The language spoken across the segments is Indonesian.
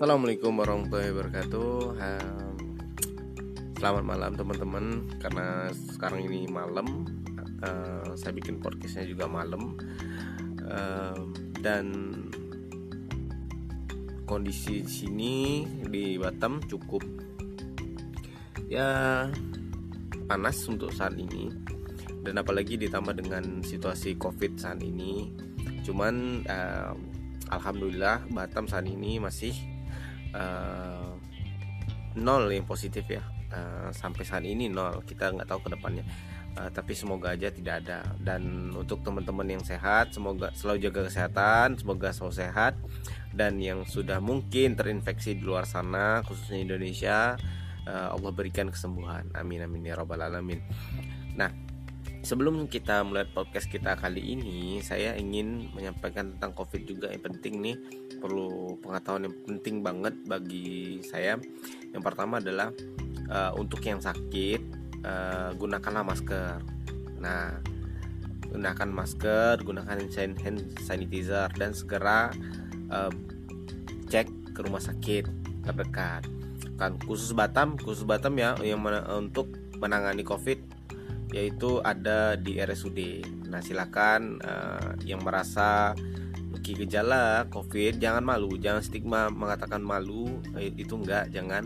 Assalamualaikum warahmatullahi wabarakatuh. Selamat malam teman-teman. Karena sekarang ini malam, saya bikin podcastnya juga malam, dan kondisi di sini di Batam cukup ya panas untuk saat ini, dan apalagi ditambah dengan situasi COVID saat ini. Cuman alhamdulillah Batam saat ini masih nol yang positif ya. Sampai saat ini nol, kita nggak tahu ke depannya, tapi semoga aja tidak ada. Dan untuk teman-teman yang sehat, semoga selalu jaga kesehatan, semoga selalu sehat. Dan yang sudah mungkin terinfeksi di luar sana, khususnya Indonesia, Allah berikan kesembuhan, amin amin ya rabbal alamin. Nah, sebelum kita mulai podcast kita kali ini, saya ingin menyampaikan tentang COVID juga yang penting nih, perlu pengetahuan yang penting banget bagi saya. Yang pertama adalah untuk yang sakit, gunakanlah masker. Nah, gunakan masker, gunakan hand sanitizer, dan segera cek ke rumah sakit terdekat. Kan khusus Batam ya, yang untuk menangani COVID, yaitu ada di RSUD. Nah, silakan yang merasa memiliki gejala COVID, jangan malu, jangan stigma mengatakan malu, itu enggak, jangan.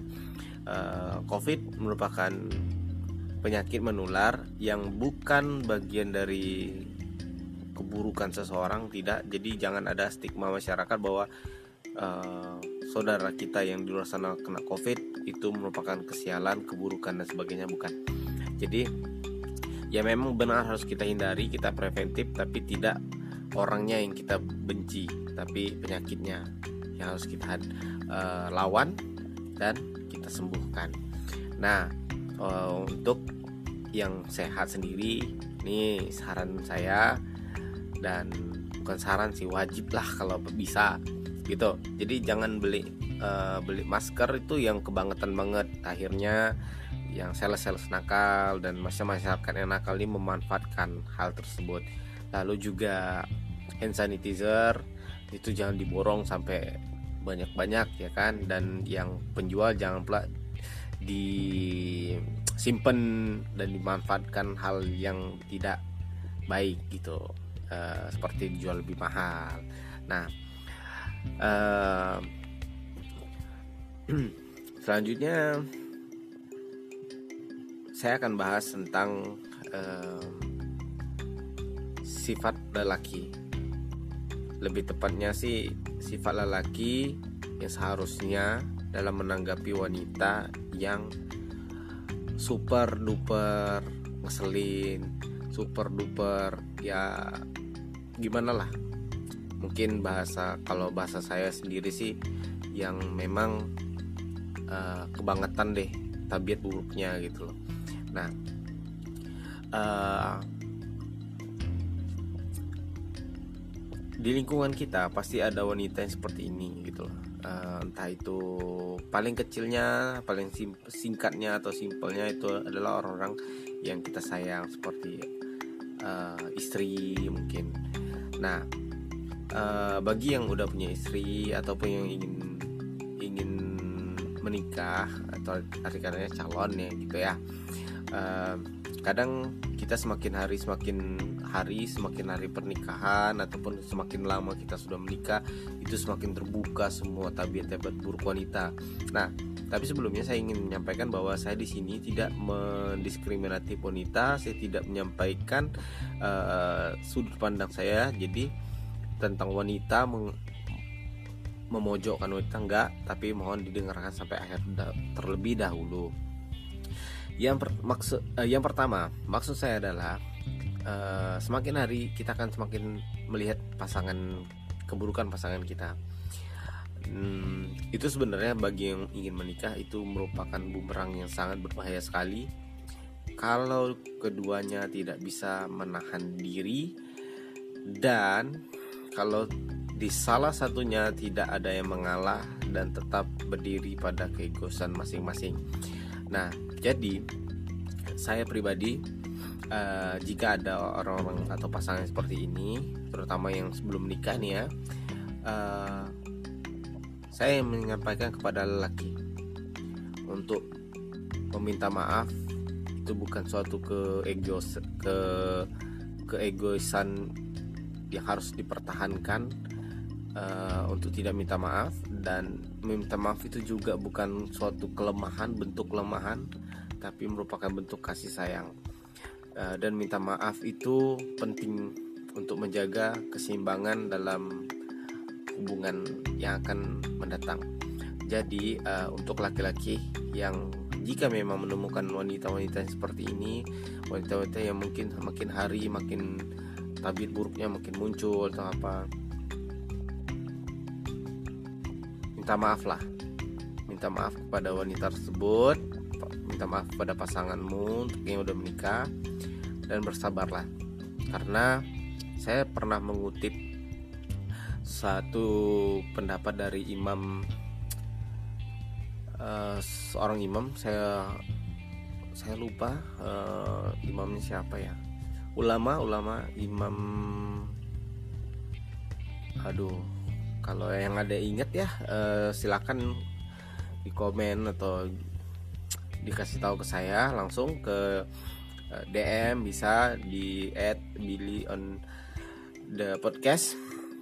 COVID merupakan penyakit menular yang bukan bagian dari keburukan seseorang, tidak. Jadi jangan ada stigma masyarakat bahwa saudara kita yang di luar sana kena COVID itu merupakan kesialan, keburukan dan sebagainya, bukan. Jadi ya memang benar harus kita hindari, kita preventif, tapi tidak orangnya yang kita benci, tapi penyakitnya yang harus kita lawan dan kita sembuhkan. Nah, untuk yang sehat sendiri, ini saran saya, dan bukan saran sih, wajib lah kalau bisa gitu. Jadi jangan beli masker itu yang kebangetan banget, akhirnya yang sales nakal dan masyarakat yang nakal ini memanfaatkan hal tersebut. Lalu juga hand sanitizer itu jangan diborong sampai banyak-banyak ya kan, dan yang penjual jangan pula disimpan dan dimanfaatkan hal yang tidak baik gitu, seperti dijual lebih mahal. Nah, selanjutnya saya akan bahas tentang sifat lelaki. Lebih tepatnya sih sifat lelaki yang seharusnya dalam menanggapi wanita yang super duper ngeselin, super duper ya gimana lah. Mungkin kalau bahasa saya sendiri sih yang memang kebangetan deh tabiat buruknya gitu loh. Nah, di lingkungan kita pasti ada wanita yang seperti ini gitu loh. Entah itu paling kecilnya, paling singkatnya atau simpelnya, itu adalah orang-orang yang kita sayang, seperti istri mungkin. Nah, bagi yang udah punya istri ataupun yang ingin menikah, atau arti katanya calon ya gitu ya, kadang kita semakin hari pernikahan ataupun semakin lama kita sudah menikah, itu semakin terbuka semua tabiat-tabiat buruk wanita. Nah, tapi sebelumnya saya ingin menyampaikan bahwa saya di sini tidak mendiskriminatif wanita, saya tidak menyampaikan sudut pandang saya. Jadi tentang wanita memojokkan wanita enggak, tapi mohon didengarkan sampai akhir terlebih dahulu. Yang pertama, maksud saya adalah semakin hari kita akan semakin melihat keburukan pasangan kita. Itu sebenarnya bagi yang ingin menikah itu merupakan bumerang yang sangat berbahaya sekali. Kalau keduanya tidak bisa menahan diri, dan kalau di salah satunya tidak ada yang mengalah dan tetap berdiri pada keegoisan masing-masing. Nah, jadi saya pribadi, jika ada orang-orang atau pasangan seperti ini, terutama yang sebelum menikah nih ya, saya menyampaikan kepada lelaki untuk meminta maaf itu bukan suatu keegoisan yang harus dipertahankan. Untuk tidak minta maaf, dan meminta maaf itu juga bukan suatu bentuk kelemahan, tapi merupakan bentuk kasih sayang. Dan minta maaf itu penting untuk menjaga keseimbangan dalam hubungan yang akan mendatang. Jadi untuk laki-laki yang jika memang menemukan wanita-wanita seperti ini, wanita-wanita yang mungkin makin hari makin tabir buruknya makin muncul atau apa, minta maaf kepada wanita tersebut, minta maaf kepada pasanganmu untuk yang udah menikah, dan bersabarlah. Karena saya pernah mengutip satu pendapat dari seorang imam, saya lupa imamnya siapa ya, ulama imam, kalau yang ada ingat ya silakan di komen atau dikasih tahu ke saya langsung ke DM, bisa di @billy_on_the_podcast.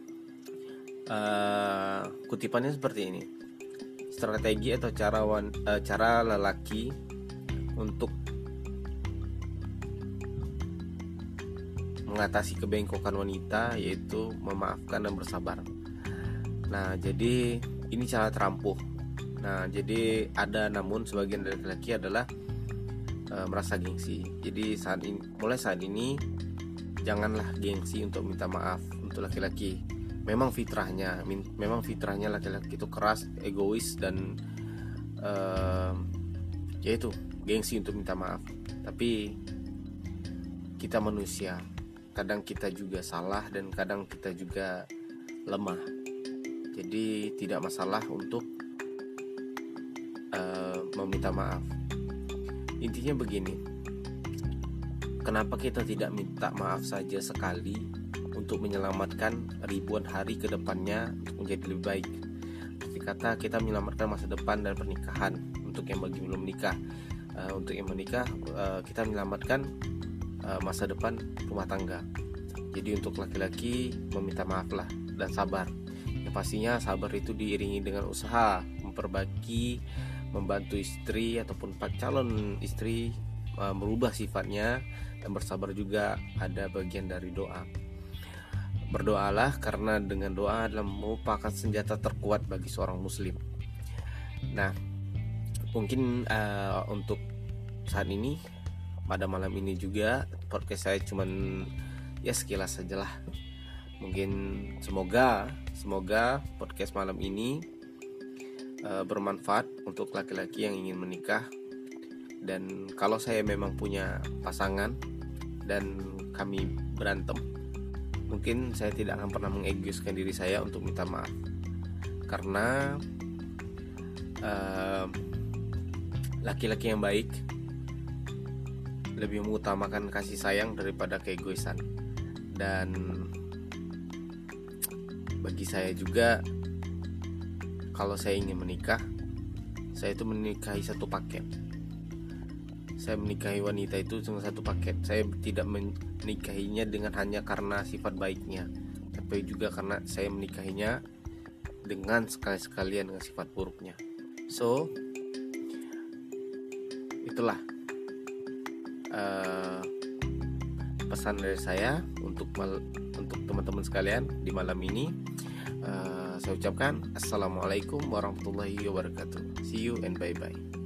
Kutipannya seperti ini: strategi atau cara lelaki untuk mengatasi kebengkokan wanita yaitu memaafkan dan bersabar. Nah, jadi ini cara terampuh. Nah, jadi namun sebagian dari laki-laki adalah merasa gengsi. Jadi mulai saat ini janganlah gengsi untuk minta maaf untuk laki-laki. Memang fitrahnya laki-laki itu keras, egois, dan yaitu gengsi untuk minta maaf. Tapi kita manusia, kadang kita juga salah dan kadang kita juga lemah. Jadi tidak masalah untuk meminta maaf. Intinya begini, kenapa kita tidak minta maaf saja sekali untuk menyelamatkan ribuan hari ke depannya untuk menjadi lebih baik. Seperti kata, kita menyelamatkan masa depan dan pernikahan untuk yang bagi belum menikah. Untuk yang menikah, kita menyelamatkan masa depan rumah tangga. Jadi untuk laki-laki meminta maaf lah dan sabar. Pastinya sabar itu diiringi dengan usaha membantu istri ataupun calon istri merubah sifatnya, dan bersabar juga ada bagian dari doa. Berdoalah, karena dengan doa adalah merupakan senjata terkuat bagi seorang muslim. Nah, mungkin untuk saat ini pada malam ini juga podcast saya cuman ya sekilas sajalah. Mungkin semoga podcast malam ini bermanfaat untuk laki-laki yang ingin menikah. Dan kalau saya memang punya pasangan dan kami berantem, mungkin saya tidak akan pernah mengegoiskan diri saya untuk minta maaf, karena laki-laki yang baik lebih mengutamakan kasih sayang daripada keegoisan. Dan bagi saya juga, kalau saya ingin menikah, saya itu menikahi satu paket. Saya menikahi wanita itu cuma satu paket. Saya tidak menikahinya dengan hanya karena sifat baiknya, tapi juga karena saya menikahinya dengan sekalian dengan sifat buruknya. So, itulah pesan dari saya untuk teman-teman sekalian di malam ini. Saya ucapkan assalamualaikum warahmatullahi wabarakatuh. See you and bye bye.